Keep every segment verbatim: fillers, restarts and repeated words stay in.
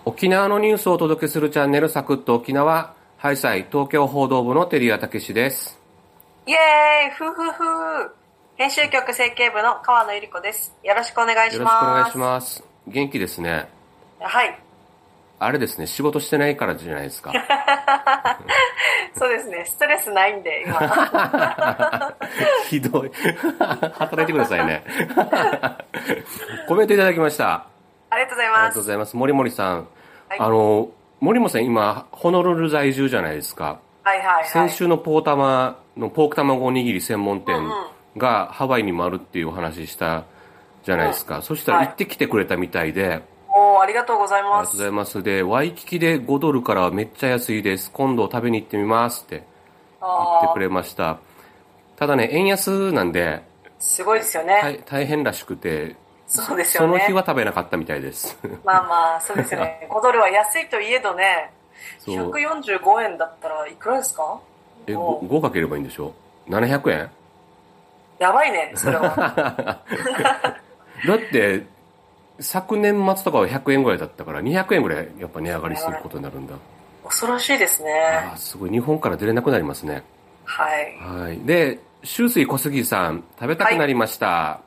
沖縄のニュースをお届けするチャンネルサクッと沖縄、ハイサイ東京報道部の照屋武史です。 イエーイふふふ編集局整形部の川野ゆり子です。よろしくお願いします。 よろしくお願いします。元気ですね。 はい。 あれですね、仕事してないからじゃないですか。 そうですね、ストレスないんで今。 ひどい。働いてくださいね。コメントいただきました。 ありがとうございます。 ありがとうございます。森森さん、 はい、 あの森森さん今ホノルル在住じゃないですか。 はいはいはい。 先週のポータマのポーク卵おにぎり専門店がハワイにもあるっていうお話したじゃないですか。うん、そしたら行ってきてくれたみたいで。はい、 おー、ありがとうございます。 ありがとうございます。で、ワイキキでごドルからめっちゃ安いです。今度食べに行ってみますって言ってくれました。ただね、円安なんで、 すごいですよね。 大, 大変らしくて、 そうですよね。 その日は食べなかったみたいです。 まあまあ、そうですね。ごドルは安いといえどね、ひゃくよんじゅうごえんだったらいくらですか？ え、ご, ごかければいいんでしょ？ ななひゃく 円？ やばいね、それは。 だって、昨年末とかはひゃくえんぐらいだったから、にひゃくえんぐらいやっぱ値上がりすることになるんだ。 恐ろしいですね。 ああ、すごい。日本から出れなくなりますね。 はい。 はい。で、周水小杉さん、食べたくなりました。はい、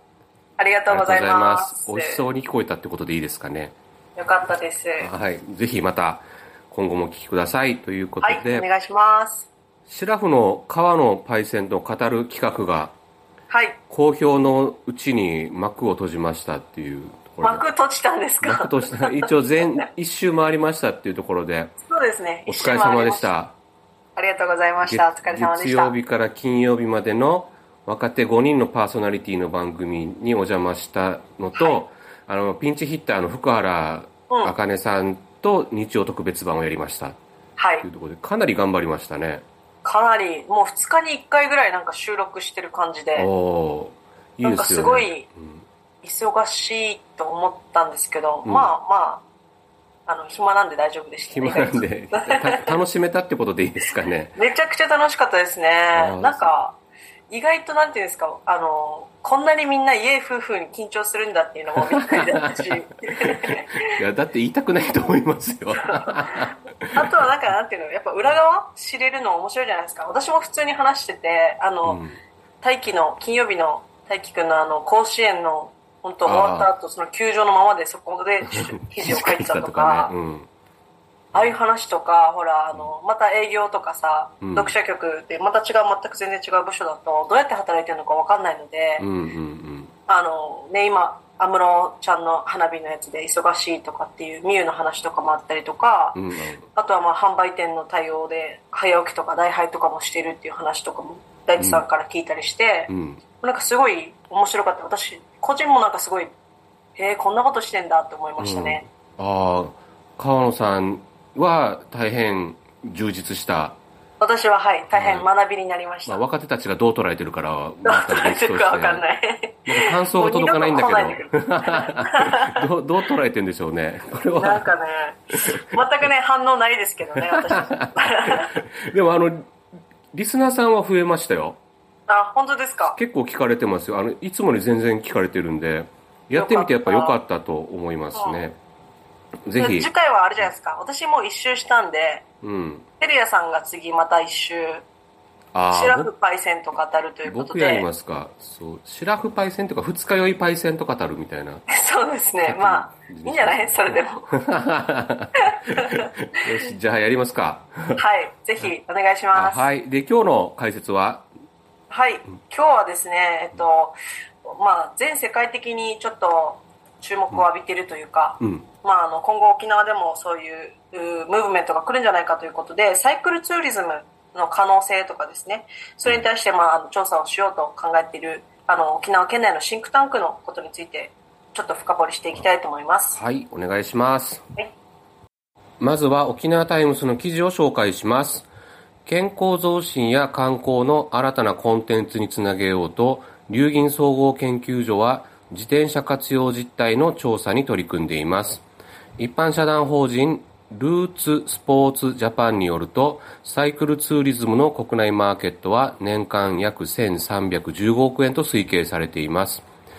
ありがとうございます。 美味しそうに聞こえたってことでいいですかね。 よかったです。 はい。ぜひまた今後もお聞きくださいということで。 はい、お願いします。 シラフの川のパイセンと語る企画が、 はい。 好評のうちに幕を閉じましたっていうところで。 幕閉じたんですか？ 幕閉じた。一応全一周回りましたっていうところで。 そうですね。 お疲れ様でした。 ありがとうございました。お疲れ様でした。 月曜日から金曜日までの若手ごにんのパーソナリティの番組にお邪魔したのと、はい、あのピンチヒッターの福原茜さんと日曜特別版をやりました。はい。というところでかなり頑張りましたね。 かなりもうふつかにいっかいぐらいなんか収録してる感じで、 おー、いいですよね。 なんかすごい忙しいと思ったんですけど、うん、まあまああの暇なんで大丈夫でした、ね。 暇なんで楽しめたってことでいいですかね。 めちゃくちゃ楽しかったですね。なんか意外となんていうんですか、あのこんなにみんなイエー夫婦に緊張するんだっていうのもびっくりだったし。 いやだって言いたくないと思いますよ。 あとはなんかなんていうの、やっぱ裏側知れるの面白いじゃないですか。私も普通に話してて、あの、うん、大輝の金曜日の大輝くんのあの甲子園の本当終わった後、その球場のままでそこで記事を書いてたとか、ね、うん、ああいう話とか、ほらあのまた営業とかさ、うん、読者局でまた違う全く全然違う部署だとどうやって働いてるのか分かんないので、うんうんうん、あのね今。安室ちゃんの花火のやつで忙しいとかっていうミュウの話とかもあったりとか、うんうん、あとはまあ販売店の対応で早起きとか大配とかもしてるっていう話とかも大地さんから聞いたりして、うん、なんかすごい面白かった。私個人もなんかすごいへーこんなことしてんだって思いましたね。 うん、ああ、川野さんは大変充実した私ははい大変学びになりました。 まあ、若手たちがどう捉えてるからどう捉えてるか分かんない。 なんか感想が届かないんだけどどう、どう捉えてるんでしょうね。これはなんかね全くね反応ないですけどね私。 でもあのリスナーさんは増えましたよ。 あ、本当ですか？ 結構聞かれてますよ。あのいつもより全然聞かれてるんでやってみてやっぱ良かったと思いますね。ぜひ次回はあれじゃないですか。私もう一周したんで、うん、テリアさんが次また一周シラフパイセンと語るということで。 僕やりますか。そうシラフパイセンとか二日酔いパイセンと語るみたいな。 そうですね。まあいいんじゃないそれでも。よし、じゃあやりますか。 はい、ぜひお願いします。 はい。で今日の解説は、 はい、今日はですね、えっとまあ全世界的にちょっと注目を浴びているというか、うん、まああの今後沖縄でもそういうムーブメントが来るんじゃないかということで、サイクルツーリズムの可能性とかですね、それに対してまああの調査をしようと考えているあの沖縄県内のシンクタンクのことについてちょっと深掘りしていきたいと思います。 はい、お願いします。 はい、 まずは沖縄タイムスの記事を紹介します。健康増進や観光の新たなコンテンツにつなげようと、龍銀総合研究所は自転車活用実態の調査に取り組んでいます。一般社団法人ルーツスポーツジャパンによると、サイクルツーリズムの国内マーケットは年間約せんさんびゃくじゅうごおくえんと推計されています。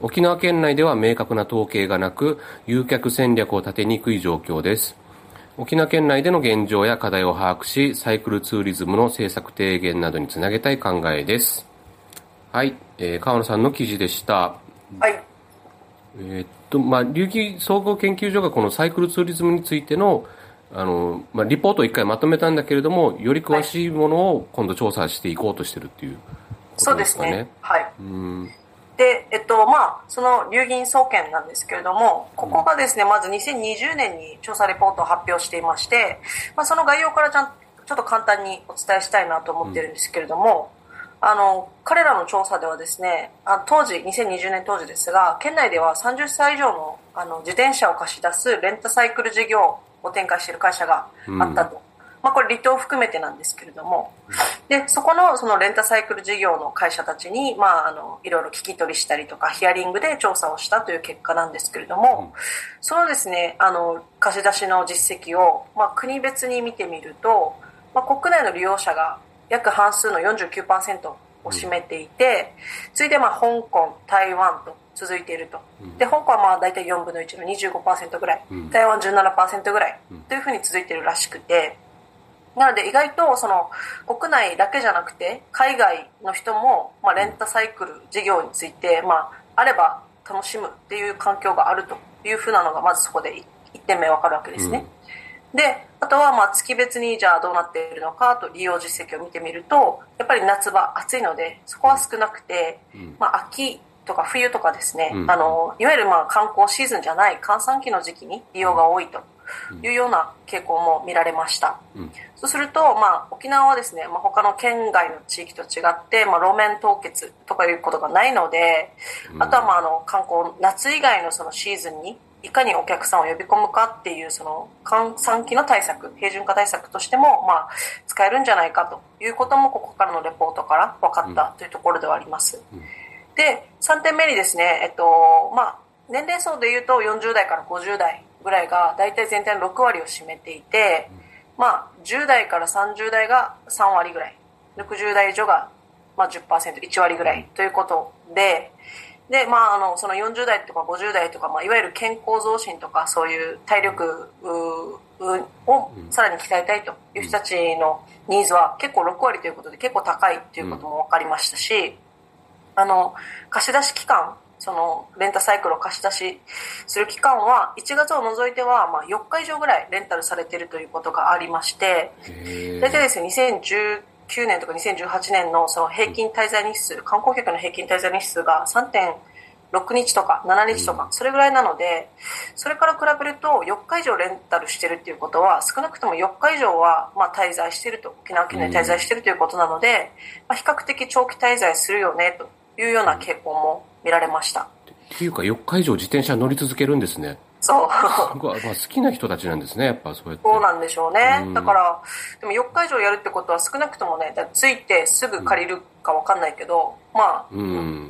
沖縄県内では明確な統計がなく、誘客戦略を立てにくい状況です。沖縄県内での現状や課題を把握し、サイクルツーリズムの政策提言などにつなげたい考えです。はい、えー、川野さんの記事でした。 はい。 えー、っと、まあ、流儀総合研究所がこのサイクルツーリズムについての、あの、まあ、リポートを一回まとめたんだけれども、より詳しいものを今度調査していこうとしてるっていうことですかね。そうですね。 はい。うんで、えっと、まあ、その流銀総研なんですけれども、ここがですね、まずにせんにじゅうねんに調査レポートを発表していまして、まあ、その概要からちゃんちょっと簡単にお伝えしたいなと思ってるんですけれども、うん、あの、彼らの調査ではですね、あ当時、にせんにじゅうねん当時ですが、県内ではさんじゅっさい以上のあの自転車を貸し出すレンタサイクル事業を展開している会社があったと。うんまあこれ離島を含めてなんですけれども、で、そこのそのレンタサイクル事業の会社たちに、まああの、いろいろ聞き取りしたりとかヒアリングで調査をしたという結果なんですけれども、そのですね、あの、貸し出しの実績を、まあ国別に見てみると、まあ国内の利用者が約半数の よんじゅうきゅうパーセント を占めていて、次いでまあ香港、台湾と続いていると。で、香港はまあ大体よんぶんのいちの にじゅうごパーセント ぐらい、台湾 じゅうななパーセント ぐらいというふうに続いているらしくて、なので意外とその国内だけじゃなくて海外の人もまあレンタサイクル事業についてまああれば楽しむっていう環境があるというふうなのがまずそこでいってんめわかるわけですね。うん、で、あとはまあ月別にじゃあどうなっているのかと利用実績を見てみるとやっぱり夏場暑いのでそこは少なくて、まあ秋とか冬とかですね、うん、あのいわゆるまあ観光シーズンじゃない閑散期の時期に利用が多いというような傾向も見られました。うん、そうすると、まあ、沖縄はですね、まあ、他の県外の地域と違って、まあ、路面凍結とかいうことがないので、うん、あとは、まあ、あの、観光、夏以外のそのシーズンに、いかにお客さんを呼び込むかっていう、その、閑散期の対策、平準化対策としても、まあ、使えるんじゃないかということも、ここからのレポートから分かったというところではあります。うん、で、さんてんめにですね、えっと、まあ、年齢層で言うとよんじゅうだいからごじゅうだいぐらいが大体全体のろくわりを占めていて、まあ、じゅうだいからさんじゅうだいがさんわりぐらい、ろくじゅうだい以上がまあ じゅっパーセント、いちわりぐらいということで、で、まあ、あの、そのよんじゅうだいとかごじゅうだいとか、まあ、いわゆる健康増進とか、そういう体力をさらに鍛えたいという人たちのニーズは結構ろくわりということで結構高いということも分かりましたし、あの、貸し出し期間、そのレンタサイクルを貸し出しする期間はいちがつを除いてはまあよっか以上ぐらいレンタルされているということがありまして、大体ですねにせんじゅうきゅうねんとかにせんじゅうはちねんのその平均滞在日数、観光客の平均滞在日数が さんてんろくにちとかしちにちとかそれぐらいなので、それから比べるとよっか以上レンタルしてるっていうことは少なくともよっか以上はまあ滞在してると、沖縄県内に滞在してるということなので、まあ、比較的長期滞在するよねというような傾向も見られました。 っていうかよっか以上自転車乗り続けるんですね。 そう。 まあ、好きな人たちなんですね、やっぱそうやって。 そうなんでしょうね。だから、でもよっか以上やるってことは少なくともね、だついてすぐ借りるかわかんないけど、うん、まあ、うん、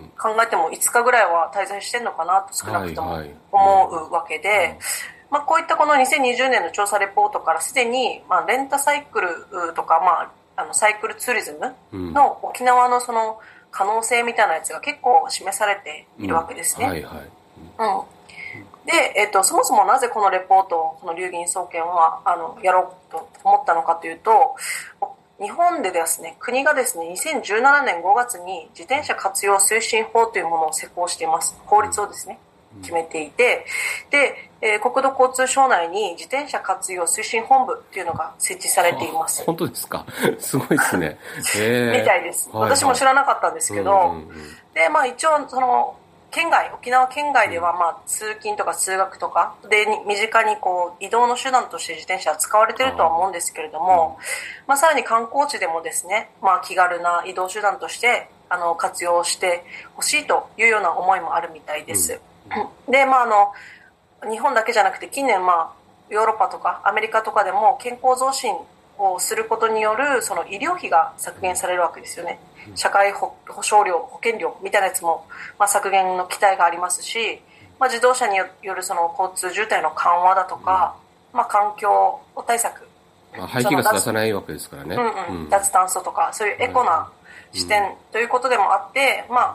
考えてもいつかぐらいは滞在してんのかなと少なくとも思うわけで、はいはいうん、まあこういったこのにせんにじゅうねんの調査レポートからすでに、まあレンタサイクルとか、まあ、あのサイクルツーリズムの沖縄のその可能性みたいなやつが結構示されているわけですね。うんはいはいうんで、えっと、そもそもなぜこのレポートを、この流銀総研は、あの、やろうと思ったのかというと、日本でですね、国がですね、にせんじゅうななねんごがつに自転車活用推進法というものを施行しています。法律をですね、決めていて、で、えー、国土交通省内に自転車活用推進本部っていうのが設置されています。 本当ですか？すごいですね。 みたいです。私も知らなかったんですけど、で、まあ一応、その、県外、沖縄県外では、まあ、通勤とか通学とかで身近にこう移動の手段として自転車は使われているとは思うんですけれども、まあ、さらに観光地でもですね、まあ、気軽な移動手段としてあの活用してほしいというような思いもあるみたいです。うん、で、まあ、あの日本だけじゃなくて近年、まあ、ヨーロッパとかアメリカとかでも健康増進をすることによるその医療費が削減されるわけですよね。社会保障料、保険料みたいなやつも、まあ、削減の期待がありますし、まあ、自動車によるその交通渋滞の緩和だとか、まあ、環境対策、 まあ、排気ガス出さないわけですからね、 うんうんうん、脱炭素とかそういうエコな視点ということでもあって、まあ、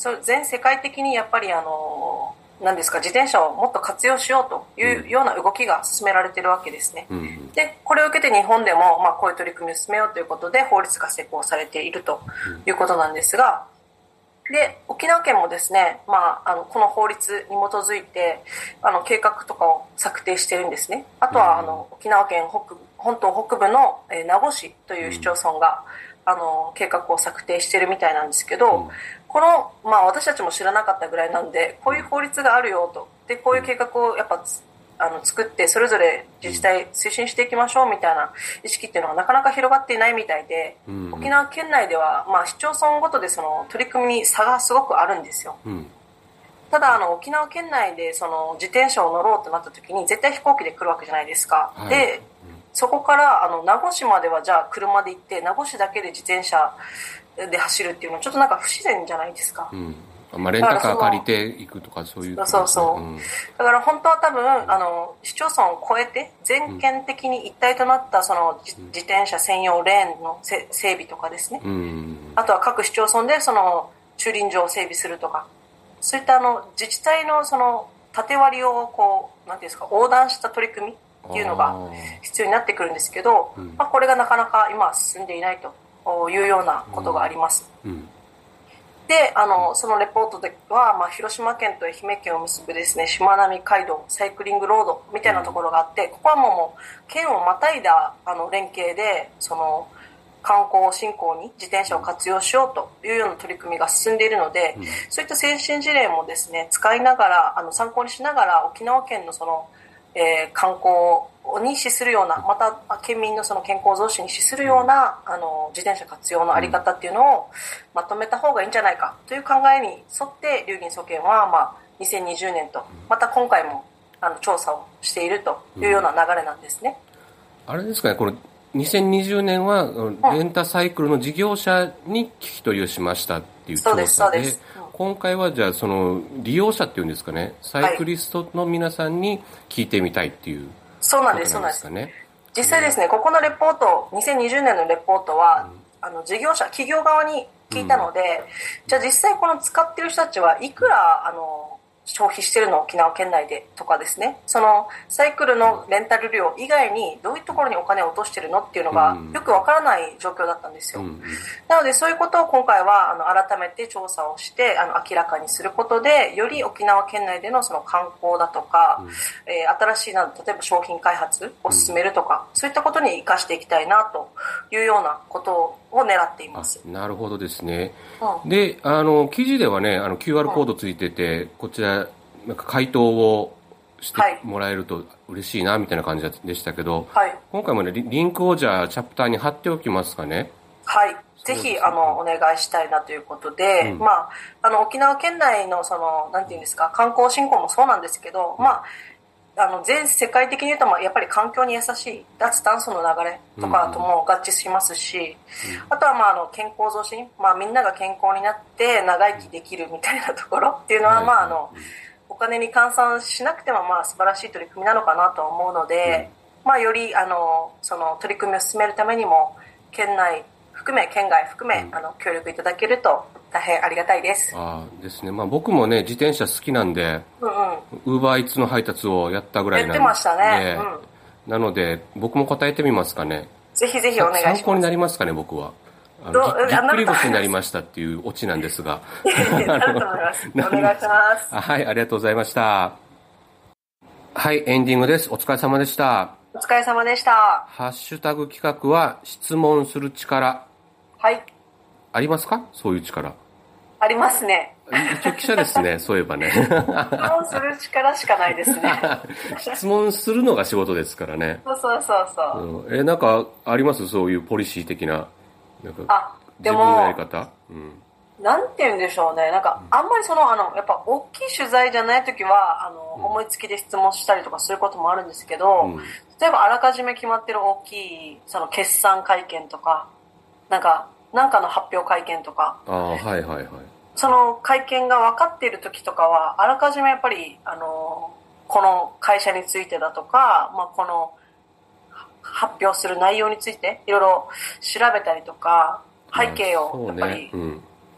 そ全世界的にやっぱりあの何ですか、自転車をもっと活用しようというような動きが進められているわけですね、うん、でこれを受けて日本でも、まあ、こういう取り組みを進めようということで法律が施行されているということなんですが、で沖縄県もですね、まあ、あのこの法律に基づいてあの計画とかを策定しているんですね。あとはあの沖縄県北部本島北部の、えー、名護市という市町村が、うん、あの計画を策定しているみたいなんですけど、うん、この、まあ、私たちも知らなかったぐらいなんで、こういう法律があるよと、でこういう計画をやっぱあの作ってそれぞれ自治体推進していきましょうみたいな意識っていうのがなかなか広がっていないみたいで、うん、沖縄県内では、まあ、市町村ごとでその取り組みに差がすごくあるんですよ、うん、ただあの沖縄県内でその自転車を乗ろうとなった時に絶対飛行機で来るわけじゃないですか、はい、で、うん、そこからあの名護市まではじゃあ車で行って名護市だけで自転車で走るっていうのはちょっとなんか不自然じゃないですか、うん、 まあ、レンタカー借りていくとかそういう、ね、 そうそう、うん、だから本当は多分あの市町村を超えて全県的に一体となったその、うん、自転車専用レーンの整備とかですね、うん、あとは各市町村でその駐輪場を整備するとか、そういったあの自治体のその縦割りをこうなんていうんですか、横断した取り組みっていうのが必要になってくるんですけど、うん、まあ、これがなかなか今は進んでいないというようなことがあります、うんうん、であのそのレポートでは、まあ、広島県と愛媛県を結ぶですね、しまなみ海道サイクリングロードみたいなところがあって、ここはもう県をまたいだあの連携でその観光振興に自転車を活用しようというような取り組みが進んでいるので、うん、そういった先進事例もですね使いながらあの参考にしながら沖縄県のその、えー、観光に資するような、また県民のその健康増進に資するようなあの自転車活用のあり方っていうのをまとめた方がいいんじゃないかという考えに沿って龍銀総研は、まあ、にせんにじゅうねんとまた今回もあの調査をしているというような流れなんですね、 うん、あれですかね、これにせんにじゅうねんはレンタサイクルの事業者に聞き取りをしましたっていう調査 で, そうですそうです、 うん、今回はじゃあその利用者っていうんですかね、サイクリストの皆さんに聞いてみたいっていう、はい、 そうなんです、そうなんですね。実際ですね、ここのレポート、にせんにじゅうねんのレポートは、うん、あの事業者、企業側に聞いたので、うん、じゃあ実際この使ってる人たちはいくらあの消費してるの沖縄県内でとかですね、そのサイクルのレンタル料以外にどういうところにお金を落としてるのっていうのがよくわからない状況だったんですよ、うん、なのでそういうことを今回はあの改めて調査をしてあの明らかにすることで、より沖縄県内でのその観光だとか、うん、えー、新しいな例えば商品開発を進めるとか、うん、そういったことに生かしていきたいなというようなことを狙っています。 なるほどですね、うん、であの記事ではねあの キューアール コードついてて、うん、こちらなんか回答をしてもらえると嬉しいなみたいな感じでしたけど、はい、今回もねリンクをじゃあチャプターに貼っておきますかね。 はい、ぜひあのお願いしたいなということで、うん、まあ、あの沖縄県内のそのなんていうんですか、観光振興もそうなんですけど、うん、まああの全世界的に言うとやっぱり環境に優しい脱炭素の流れとかとも合致しますし、うんうん、あとはまああの健康増進、まあ、みんなが健康になって長生きできるみたいなところっていうのは、まああのお金に換算しなくてもまあ素晴らしい取り組みなのかなと思うので、うん、まあ、よりあのその取り組みを進めるためにも県内含め県外含め、うん、あの協力いただけると大変ありがたいです。 あですね、まあ、僕もね自転車好きなんで、ウーバーイーツの配達をやったぐらいなんで、 やってましたね、 うん、なので僕も答えてみますかね。 ぜひぜひお願いします。 参考になりますかね。僕はあのぎ, ぎっくり腰になりましたっていうオチなんですがなると思います。お願いします。 はい、ありがとうございました。はい、エンディングです。お疲れ様でした。 お疲れ様でした。 ハッシュタグ企画は質問する力。 はい。 ありますか？そういう力。 ありますね。 一応記者ですね。そういえばね。質問する力しかないですね。 質問するのが仕事ですからね。 そうそうそうそう。 うん、え、なんかあります？そういうポリシー的な。なんかあ、でも自分のやり方。うん。 なんて言うんでしょうね。なんかあんまりそのあのやっぱ大きい取材じゃないときはあの、うん、思いつきで質問したりとかすることもあるんですけど、うん、例えばあらかじめ決まってる大きいその決算会見とか、なんかなんかの発表会見とか。 ああ、はいはいはい。 その会見が分かっている時とかはあらかじめやっぱりあのこの会社についてだとか、まあ、この発表する内容についていろいろ調べたりとか背景をやっぱり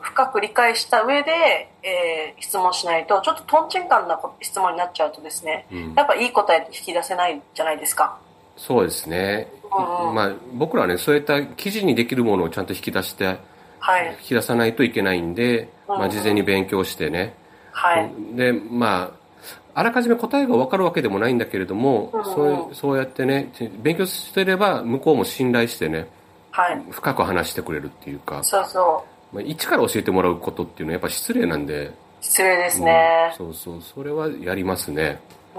深く理解した上で、えー、質問しないと、ちょっとトンチンカンな質問になっちゃうとですね、うん、やっぱいい答えって引き出せないじゃないですか。 そうですね。うんうん、まあ、僕らはね、そういった記事にできるものをちゃんと引き出して、はい、引き出さないといけないんで、うんうん、まあ、事前に勉強してね。はい。で、まあ、あらかじめ答えが分かるわけでもないんだけれども、うんうん、そうそうやってね、勉強してれば向こうも信頼してね、はい、深く話してくれるっていうか、 そうそう。 まあ、一から教えてもらうことっていうのはやっぱ失礼なんで。 失礼ですね、 うん。そうそう、それはやりますね。 うん。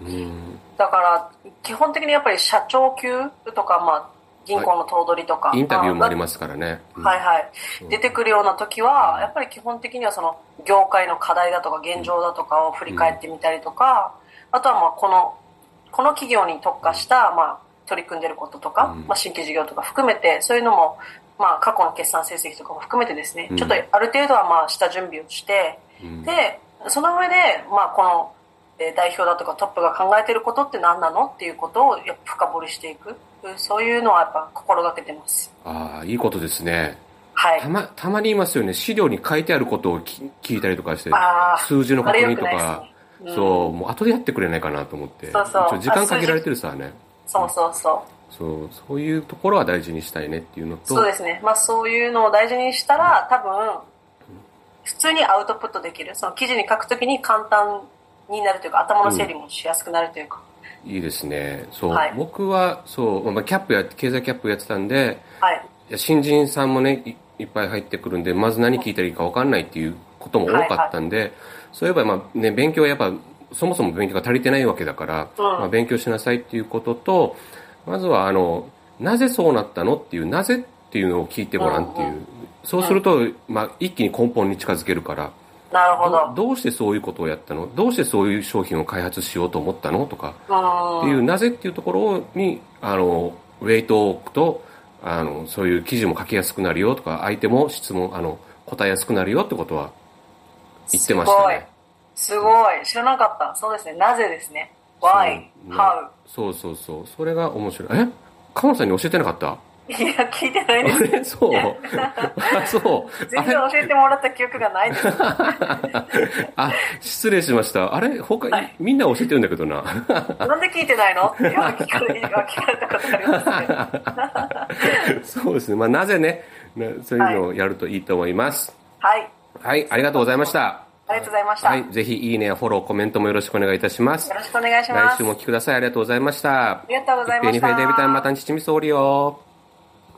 うん、だから、基本的にやっぱり社長級とか、まあ、銀行の頭取とか、 はい、インタビューもありますからね、 うん、はいはい、出てくるような時はやっぱり基本的にはその業界の課題だとか現状だとかを振り返ってみたりとか、うん、あとはまあこのこの企業に特化したまあ取り組んでることとか、うん、まあ、新規事業とか含めてそういうのもまあ過去の決算成績とかも含めてですね、うん、ちょっとある程度はまあ下準備をして、うん、でその上でまあこの代表だとかトップが考えていることって何なのっていうことをやっぱ深掘りしていく、そういうのはやっぱ心がけてます。 ああ、いいことですね。 はい。 たま、たまに言いますよね。資料に書いてあることを聞いたりとかして、数字の確認とか、ね、うん、そう、もう後でやってくれないかなと思って。 そうそう。 一応時間限られてるさね。 そうそうそう。 そう、そういうところは大事にしたいねっていうのと。 そうですね。まあそういうのを大事にしたら、多分、普通にアウトプットできる。その記事に書くときに簡単になるというか、頭の整理もしやすくなるというか。 うん、いいですね。そう、はい、僕はそう、まあ、キャップや経済キャップやってたんで、はい、新人さんもね い, いっぱい入ってくるんで、まず何聞いたらいいか分かんないっていうことも多かったんで、はいはい、そういえばまあね、勉強はやっぱそもそも勉強が足りてないわけだから、うん、まあ、勉強しなさいっていうことと、まずはあのなぜそうなったのっていう、なぜっていうのを聞いてごらんっていう、うんうん、そうすると、まあ、一気に根本に近づけるから。 なるほど。 ど, どうしてそういうことをやったの、どうしてそういう商品を開発しようと思ったのとかっていうなぜっていうところにあのウェイトを置くと、あのそういう記事も書きやすくなるよとか、相手も質問あの答えやすくなるよってことは言ってましたね。 すごい、すごい、知らなかった。そうですね、なぜですね。 Why? そう、How? そうそうそう、それが面白い。え、鎌田さんに教えてなかった？ いや、聞いてないです。 あれ、そうあ、そう。 全然教えてもらった記憶がないです。 あ、失礼しました。あれ、他、はい、みんな教えてるんだけどな。 なんで聞いてないのって聞かれ、聞かれたことありますね。 そうですね。まあ、なぜね、そういうのをやるといいと思います。 はい。 はい、ありがとうございました。 ありがとうございました。 はい、ぜひいいねやフォロー、コメントもよろしくお願いいたします。 よろしくお願いします。 来週もお聞きください。ありがとうございました。 ありがとうございました。 Benefede Vitam Matan Chichimisorio.